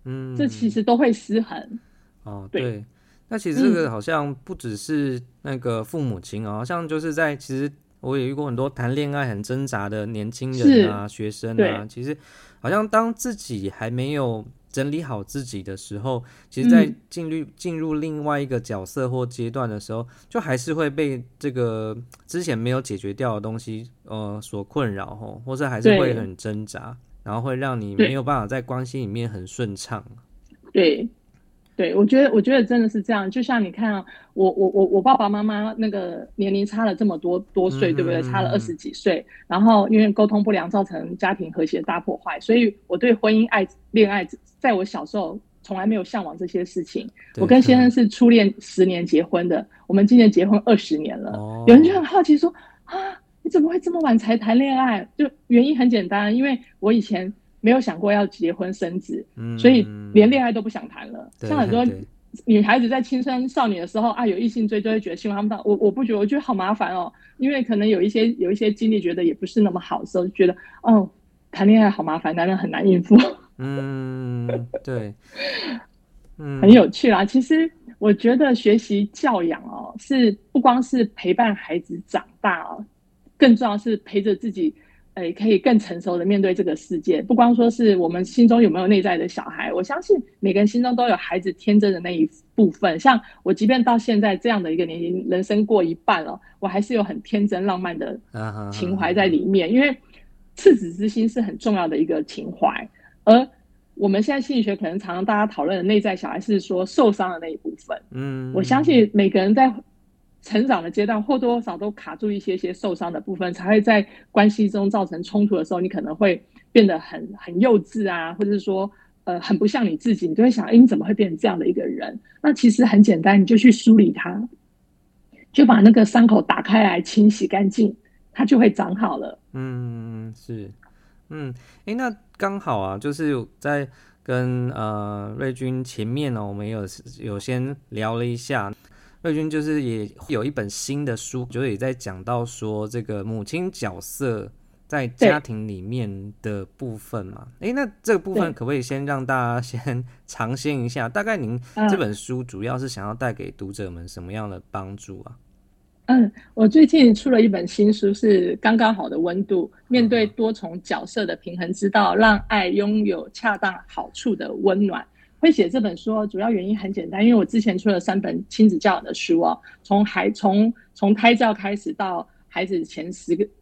这其实都会失衡。 对。那其实这个好像不只是那个父母亲好像就是其实我也遇过很多谈恋爱很挣扎的年轻人啊、学生啊，其实好像当自己还没有整理好自己的时候，其实在进入另外一个角色或阶段的时候，就还是会被这个之前没有解决掉的东西所困扰或者还是会很挣扎，然后会让你没有办法在关系里面很顺畅。 对，我觉得真的是这样。就像你看我爸爸妈妈那个年龄差了这么多岁，对不对？差了20几岁，然后因为沟通不良造成家庭和谐大破坏，所以我对婚姻、恋爱，在我小时候从来没有向往这些事情。我跟先生是初恋10年结婚的，我们今年结婚20年了。有人就很好奇说你怎么会这么晚才谈恋爱？就原因很简单，因为我以前没有想过要结婚生子，所以连恋爱都不想谈了。像很多女孩子在青春少女的时候有异性追，就会觉得希望他们我不觉得，我觉得好麻烦哦，因为可能有一些经历觉得也不是那么好的时候，就觉得谈恋爱好麻烦，男人很难应付。 对， 很有趣啦。其实我觉得学习教养是不光是陪伴孩子长大更重要是陪着自己可以更成熟的面对这个世界。不光说是我们心中有没有内在的小孩，我相信每个人心中都有孩子天真的那一部分。像我即便到现在这样的一个年龄，人生过一半了，我还是有很天真浪漫的情怀在里面，因为赤子之心是很重要的一个情怀。而我们现在心理学可能常常大家讨论的内在小孩是说受伤的那一部分。我相信每个人在成长的阶段或多或少都卡住一些受伤的部分，才会在关系中造成冲突的时候，你可能会变得很幼稚啊，或者是说很不像你自己，你就会想你怎么会变成这样的一个人？那其实很简单，你就去梳理它，就把那个伤口打开来清洗干净，它就会长好了。 是。那刚好啊，就是在跟瑞君前面我们有先聊了一下，瑞君就是也有一本新的书，就是也在讲到说这个母亲角色在家庭里面的部分嘛。那这个部分可不可以先让大家先尝鲜一下？大概您这本书主要是想要带给读者们什么样的帮助啊？ 我最近出了一本新书，是刚刚好的温度，面对多重角色的平衡之道，让爱拥有恰当好处的温暖。会写这本书主要原因很简单，因为我之前出了3本亲子教养的书从胎教开始到孩子前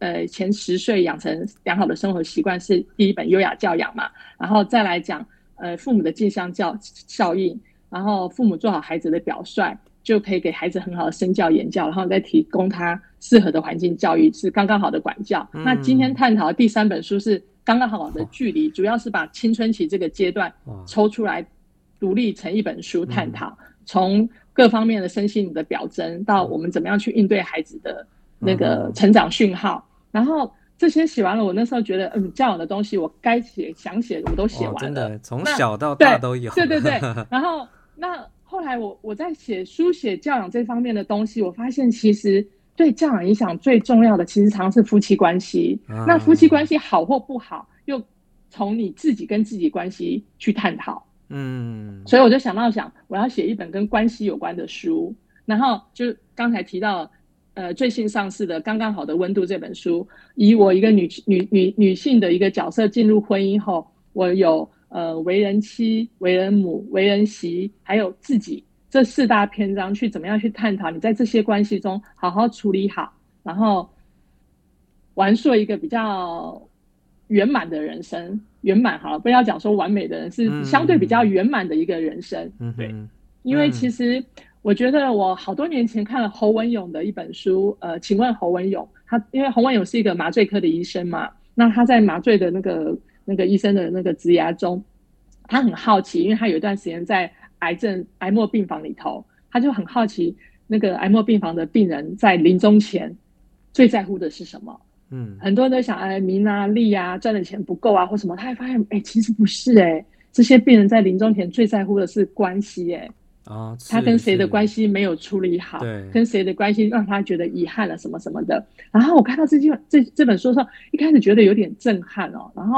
10岁养成良好的生活习惯是第1本优雅教养嘛，然后再来讲父母的镜像效应，然后父母做好孩子的表率，就可以给孩子很好的身教言教，然后再提供他适合的环境教育，是刚刚好的管教。那今天探讨的第3本书是刚刚好的距离，主要是把青春期这个阶段抽出来独立成一本书探讨，从各方面的身心灵的表征到我们怎么样去应对孩子的那个成长讯号。然后这些写完了，我那时候觉得教养的东西我该写想写的我都写完了，真的从小到大都有。 对然后后来我在书写教养这方面的东西，我发现其实对教养影响最重要的其实常常是夫妻关系。那夫妻关系好或不好，又从你自己跟自己关系去探讨。所以我就想我要写一本跟关系有关的书，然后就刚才提到最新上市的刚刚好的温度这本书，以我一个女性的一个角色进入婚姻后，我有为人妻、为人母、为人媳，还有自己这4大篇章，去怎么样去探讨你在这些关系中好好处理好，然后完塑一个比较圆满的人生。圆满好了，不要讲说完美的人，是相对比较圆满的一个人生。对，因为其实我觉得我好多年前看了侯文勇的一本书，请问侯文勇，因为侯文勇是一个麻醉科的医生嘛，那他在麻醉的那个医生的那个职涯中，他很好奇，因为他有一段时间在癌末病房里头，他就很好奇那个癌末病房的病人在临终前最在乎的是什么。很多人都想名啊利啊，赚的钱不够啊或什么，他还发现其实不是这些病人在临终前最在乎的是关系他跟谁的关系没有处理好，跟谁的关系让他觉得遗憾了什么什么的。然后我看到这本书的时候，一开始觉得有点震撼然后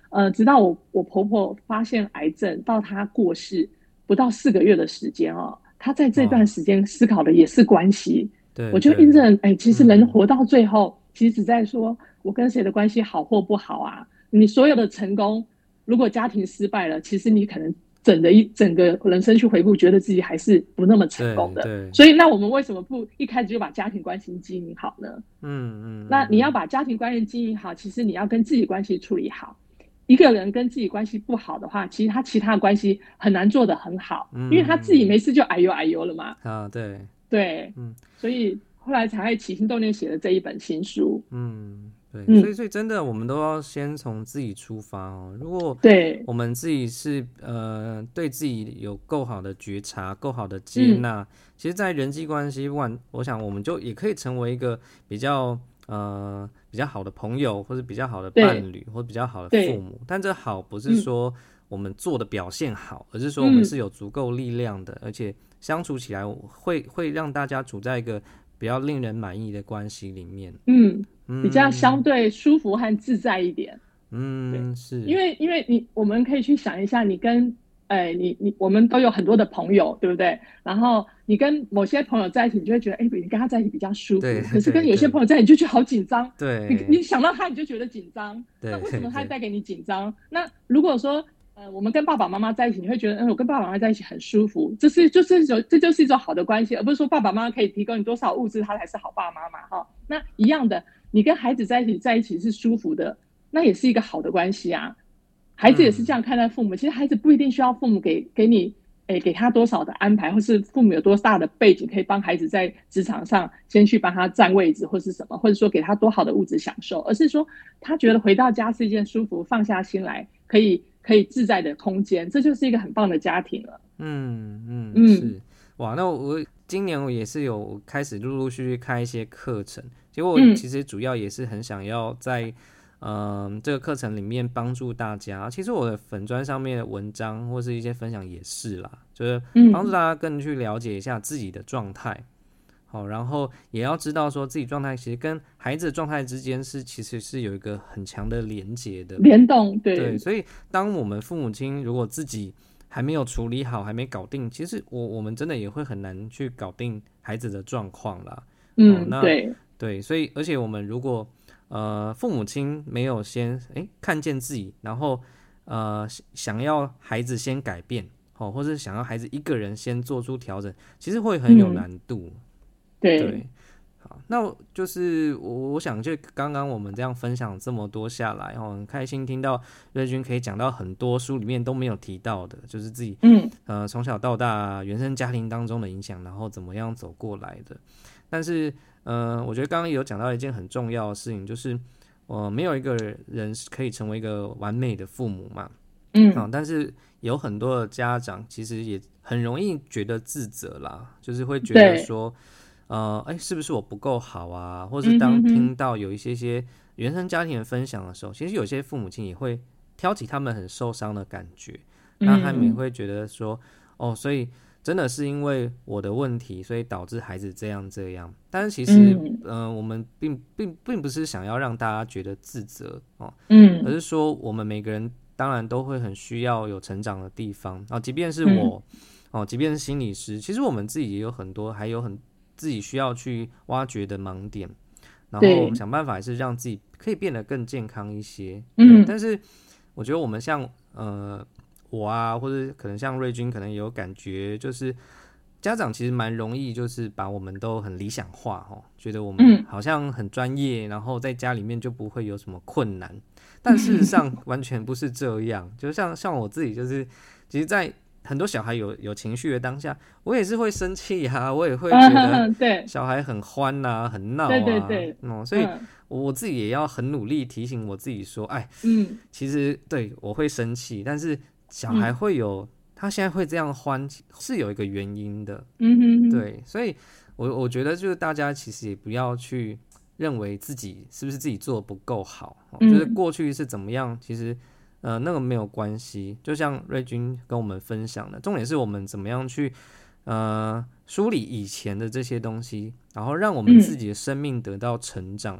直到我婆婆发现癌症到她过世不到4个月的时间哦，她在这段哇， 时间思考的也是关系。我就对对， 印证，哎，其实人嗯， 活到最后，其实只在说我跟谁的关系好或不好啊。你所有的成功，如果家庭失败了，其实你可能整个人生去回顾，觉得自己还是不那么成功的。 对对， 所以，那我们为什么不一开始就把家庭关系经营好呢？那你要嗯， 把家庭关系经营好，其实你要跟自己关系处理好。一个人跟自己关系不好的话，其实他其他的关系很难做得很好，因为他自己嗯， 没事就哎呦哎呦了嘛。 对， 对， 嗯。 所以后来才会起心动念写了这一本新书。 对，所以嗯， 真的，我们都要先从自己出发哦。如果对， 我们自己是对自己有够好的觉察、够好的接嗯纳，其实，在人际关系，不管我想，我们就也可以成为一个比较好的朋友，或者比较好的伴对侣，或者比较好的父对， 母。但这好不是嗯说我们做的表现好，而是说我们是嗯有足够力量的，而且相处起来会让大家处在一个比较令人满意的关系里面。 嗯，比较相嗯对舒服和自在一点。对，因是， 为因为我们可以去想一下，你跟我们都有很多的朋友，对不对？然后你跟某些朋友在一起，你就会觉得，哎，你跟他在一起比较舒对服。可是跟有些对对朋友在一起，你就觉得好紧张。你对想到他，你就觉得紧张。那对为什么他对， 带给你紧张？那如果说我们跟爸爸妈妈在一起，你会觉得，我跟爸爸妈妈在一起很舒服，这就是一种好的关系，而不是说爸爸妈妈可以提供你多少物质，他才是好爸妈嘛，哈。那一样的，你跟孩子在一起是舒服的，那也是一个好的关系啊。孩子也是这样看待父母，其实孩子不一定需要父母给你，给他多少的安排，或是父母有多大的背景可以帮孩子在职场上先去帮他占位置，或是什么，或者说给他多好的物质享受，而是说他觉得回到家是一件舒服、放下心来可以自在的空间，这就是一个很棒的家庭了。嗯是，哇，那我今年我也是有开始陆陆续续开一些课程，结果我嗯其实主要也是很想要在这个课程里面帮助大家。其实我的粉专上面的文章或是一些分享也是啦，就是帮助嗯， 大家更去了解一下自己的状态。好，然后也要知道说自己状态其实跟孩子的状态之间其实是有一个很强的连结的。 联动， 对， 对， 所以当我们父母亲如果自己还没有处理好，还没搞定，其实我们真的也会很难去搞定孩子的状况啦。哦，那对， 对，所以而且我们如果父母亲没有先看见自己，然后想要孩子先改变，哦，或是想要孩子一个人先做出调整，其实会很有嗯难度。 对， 对，好，那就是我想就刚刚我们这样分享这么多下来，哦，很开心听到瑞君可以讲到很多书里面都没有提到的，就是自己嗯从小到大原生家庭当中的影响，然后怎么样走过来的。但是我觉得刚刚也有讲到一件很重要的事情，就是没有一个人是可以成为一个完美的父母嘛，但是有很多的家长其实也很容易觉得自责啦，就是会觉得对， 说。是不是我不够好啊？或是嗯当哼哼， 听到有一些原生家庭的分享的时候，其实有些父母亲也会挑起他们很受伤的感觉，那他们也嗯会觉得说，所以真的是因为我的问题，所以导致孩子这样这样。但是其实， 嗯我们并不是想要让大家觉得自责哦，而嗯是说我们每个人当然都会很需要有成长的地方啊，即便是嗯， 我。即便是心理师，其实我们自己也有很多，还有自己需要去挖掘的盲点，然后我们对， 想办法也是让自己可以变得更健康一些。对， 嗯但是我觉得我们像我啊，或者可能像瑞君，可能也有感觉，就是家长其实蛮容易就是把我们都很理想化哦，觉得我们嗯好像很专业，然后在家里面就不会有什么困难，但事实上完全不是这样。就像我自己，就是其实，在很多小孩有情绪的当下，我也是会生气啊，我也会觉得对小孩很欢啊，很对闹啊， 对对， 所以我自己也要很努力提醒我自己说，哎， 嗯其实对我会生气，但是小孩嗯会他现在会这样欢，是有一个原因的， 嗯哼哼， 对，所以我觉得就是大家其实也不要去认为自己是不是自己做的不够好，就是过去是怎么样，其实那个没有关系。就像瑞君跟我们分享的，重点是我们怎么样去梳理以前的这些东西，然后让我们自己的生命得到成长。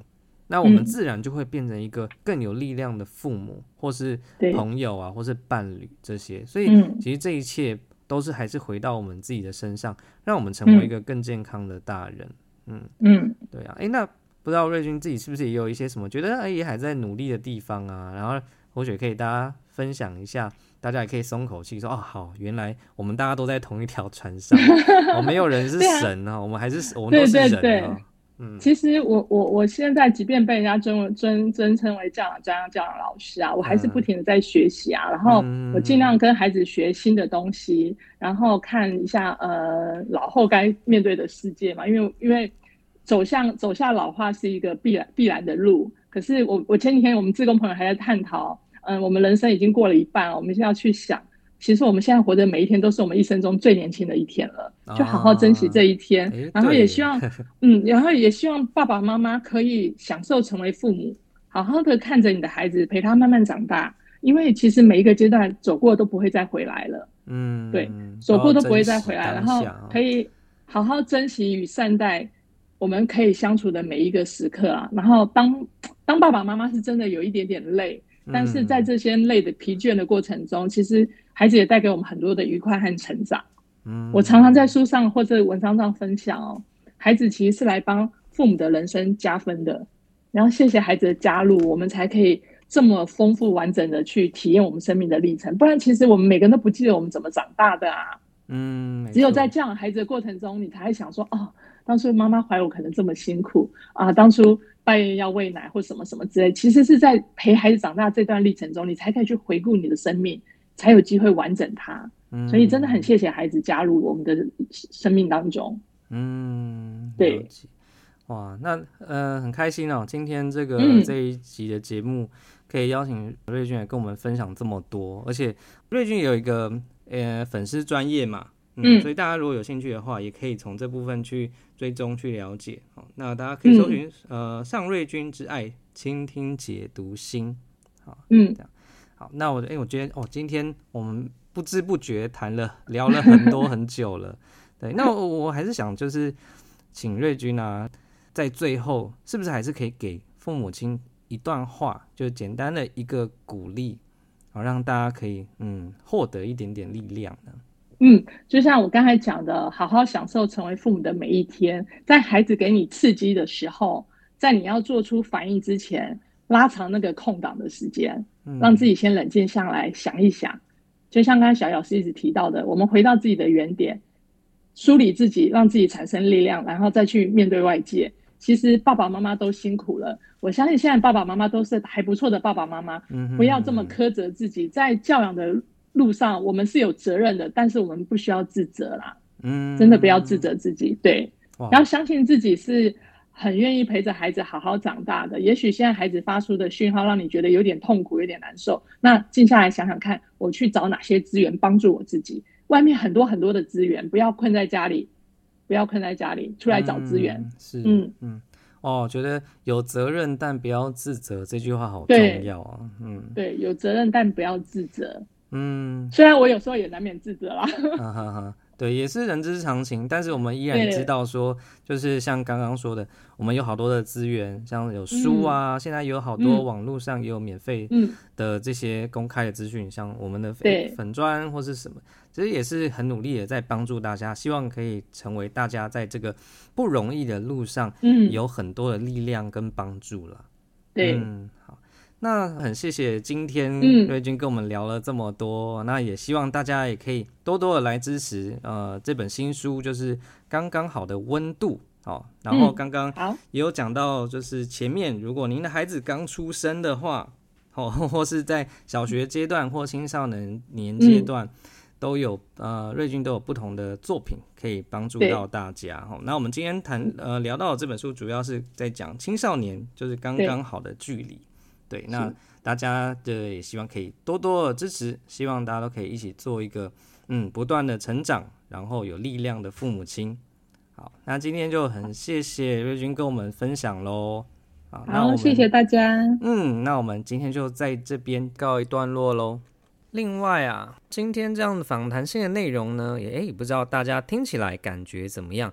那我们自然就会变成一个更有力量的父母，或是朋友啊，或是伴侣这些。所以其实这一切都是还是回到我们自己的身上，让我们成为一个更健康的大人。对啊。那不知道瑞君自己是不是也有一些什么觉得也还在努力的地方啊？然后或许可以大家分享一下，大家也可以松口气说好，原来我们大家都在同一条船上，没有人是神啊，我们都是人啊。 其实我现在即便被人家尊称为教养老师啊，我还是不停的在学习啊。然后我尽量跟孩子学新的东西，然后看一下老后该面对的世界嘛。因为走向老化是一个必然的路。可是我前几天我们志工朋友还在探讨，我们人生已经过了一半，我们现在要去想。其实我们现在活的每一天都是我们一生中最年轻的一天了，就好好珍惜这一天。然后也希望，爸爸妈妈可以享受成为父母，好好的看着你的孩子，陪他慢慢长大。因为其实每一个阶段走过都不会再回来了，对，走过都不会再回来，然后可以好好珍惜与善待我们可以相处的每一个时刻啊。然后当爸爸妈妈是真的有一点点累。但是在这些累的疲倦的过程中，其实孩子也带给我们很多的愉快和成长。我常常在书上或者文章上分享孩子其实是来帮父母的人生加分的。然后谢谢孩子的加入，我们才可以这么丰富完整的去体验我们生命的历程。不然其实我们每个人都不记得我们怎么长大的啊。只有在教养孩子的过程中，你才会想说当初妈妈怀我可能这么辛苦啊，当初半夜要喂奶或什么什么之类。其实是在陪孩子长大这段历程中，你才可以去回顾你的生命，才有机会完整它。所以真的很谢谢孩子加入我们的生命当中。对， 哇，那很开心今天这一集的节目可以邀请瑞君来跟我们分享这么多，而且瑞君也有一个粉丝专页嘛。所以大家如果有兴趣的话，也可以从这部分去追踪去了解。那大家可以搜寻尚瑞君之爱倾听解读心。好，那我觉得今天我们不知不觉聊了很多很久了。对，那我还是想就是请瑞君啊，在最后是不是还是可以给父母亲一段话，就简单的一个鼓励，好让大家可以获得一点点力量呢？ 就像我刚才讲的，好好享受成为父母的每一天。在孩子给你刺激的时候，在你要做出反应之前，拉长那个空档的时间，让自己先冷静下来想一想。就像刚才小老师一直提到的，我们回到自己的原点，梳理自己，让自己产生力量，然后再去面对外界。其实爸爸妈妈都辛苦了，我相信现在爸爸妈妈都是还不错的爸爸妈妈。不要这么苛责自己，在教养的路上我们是有责任的，但是我们不需要自责啦。真的不要自责自己。对，要相信自己是很愿意陪着孩子好好长大的。也许现在孩子发出的讯号让你觉得有点痛苦，有点难受，那静下来想想看，我去找哪些资源帮助我自己。外面很多很多的资源，不要困在家里，出来找资源。 觉得有责任但不要自责这句话好重要啊。 对，有责任但不要自责。虽然我有时候也难免自责啦。 对，也是人之常情，但是我们依然知道说，就是像刚刚说的，我们有好多的资源，像有书啊，现在有好多网络上也有免费的这些公开的资讯，像我们的粉专或是什么，其实也是很努力的在帮助大家，希望可以成为大家在这个不容易的路上有很多的力量跟帮助了。 对， 好。那很谢谢今天瑞君跟我们聊了这么多，那也希望大家也可以多多的来支持这本新书，就是刚刚好的温度。然后刚刚也有讲到，就是前面如果您的孩子刚出生的话，或是在小学阶段或青少年阶段，都有瑞君都有不同的作品可以帮助到大家。那我们今天聊到的这本书主要是在讲青少年，就是刚刚好的距离。对，那大家也希望可以多多的支持，希望大家都可以一起做一个不断的成长，然后有力量的父母亲。好，那今天就很谢谢瑞君跟我们分享咯。 好，谢谢大家。 那我们今天就在这边告一段落咯。另外啊，今天这样的访谈性的内容呢，也不知道大家听起来感觉怎么样？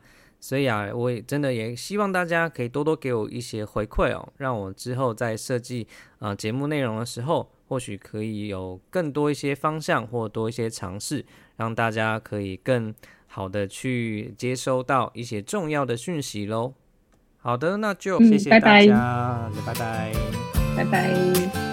所以啊，我也真的也希望大家可以多多给我一些回馈哦，让我之后在设计节目内容的时候，或许可以有更多一些方向或多一些尝试，让大家可以更好的去接收到一些重要的讯息咯。好的，那就谢谢大家，拜拜。 拜拜。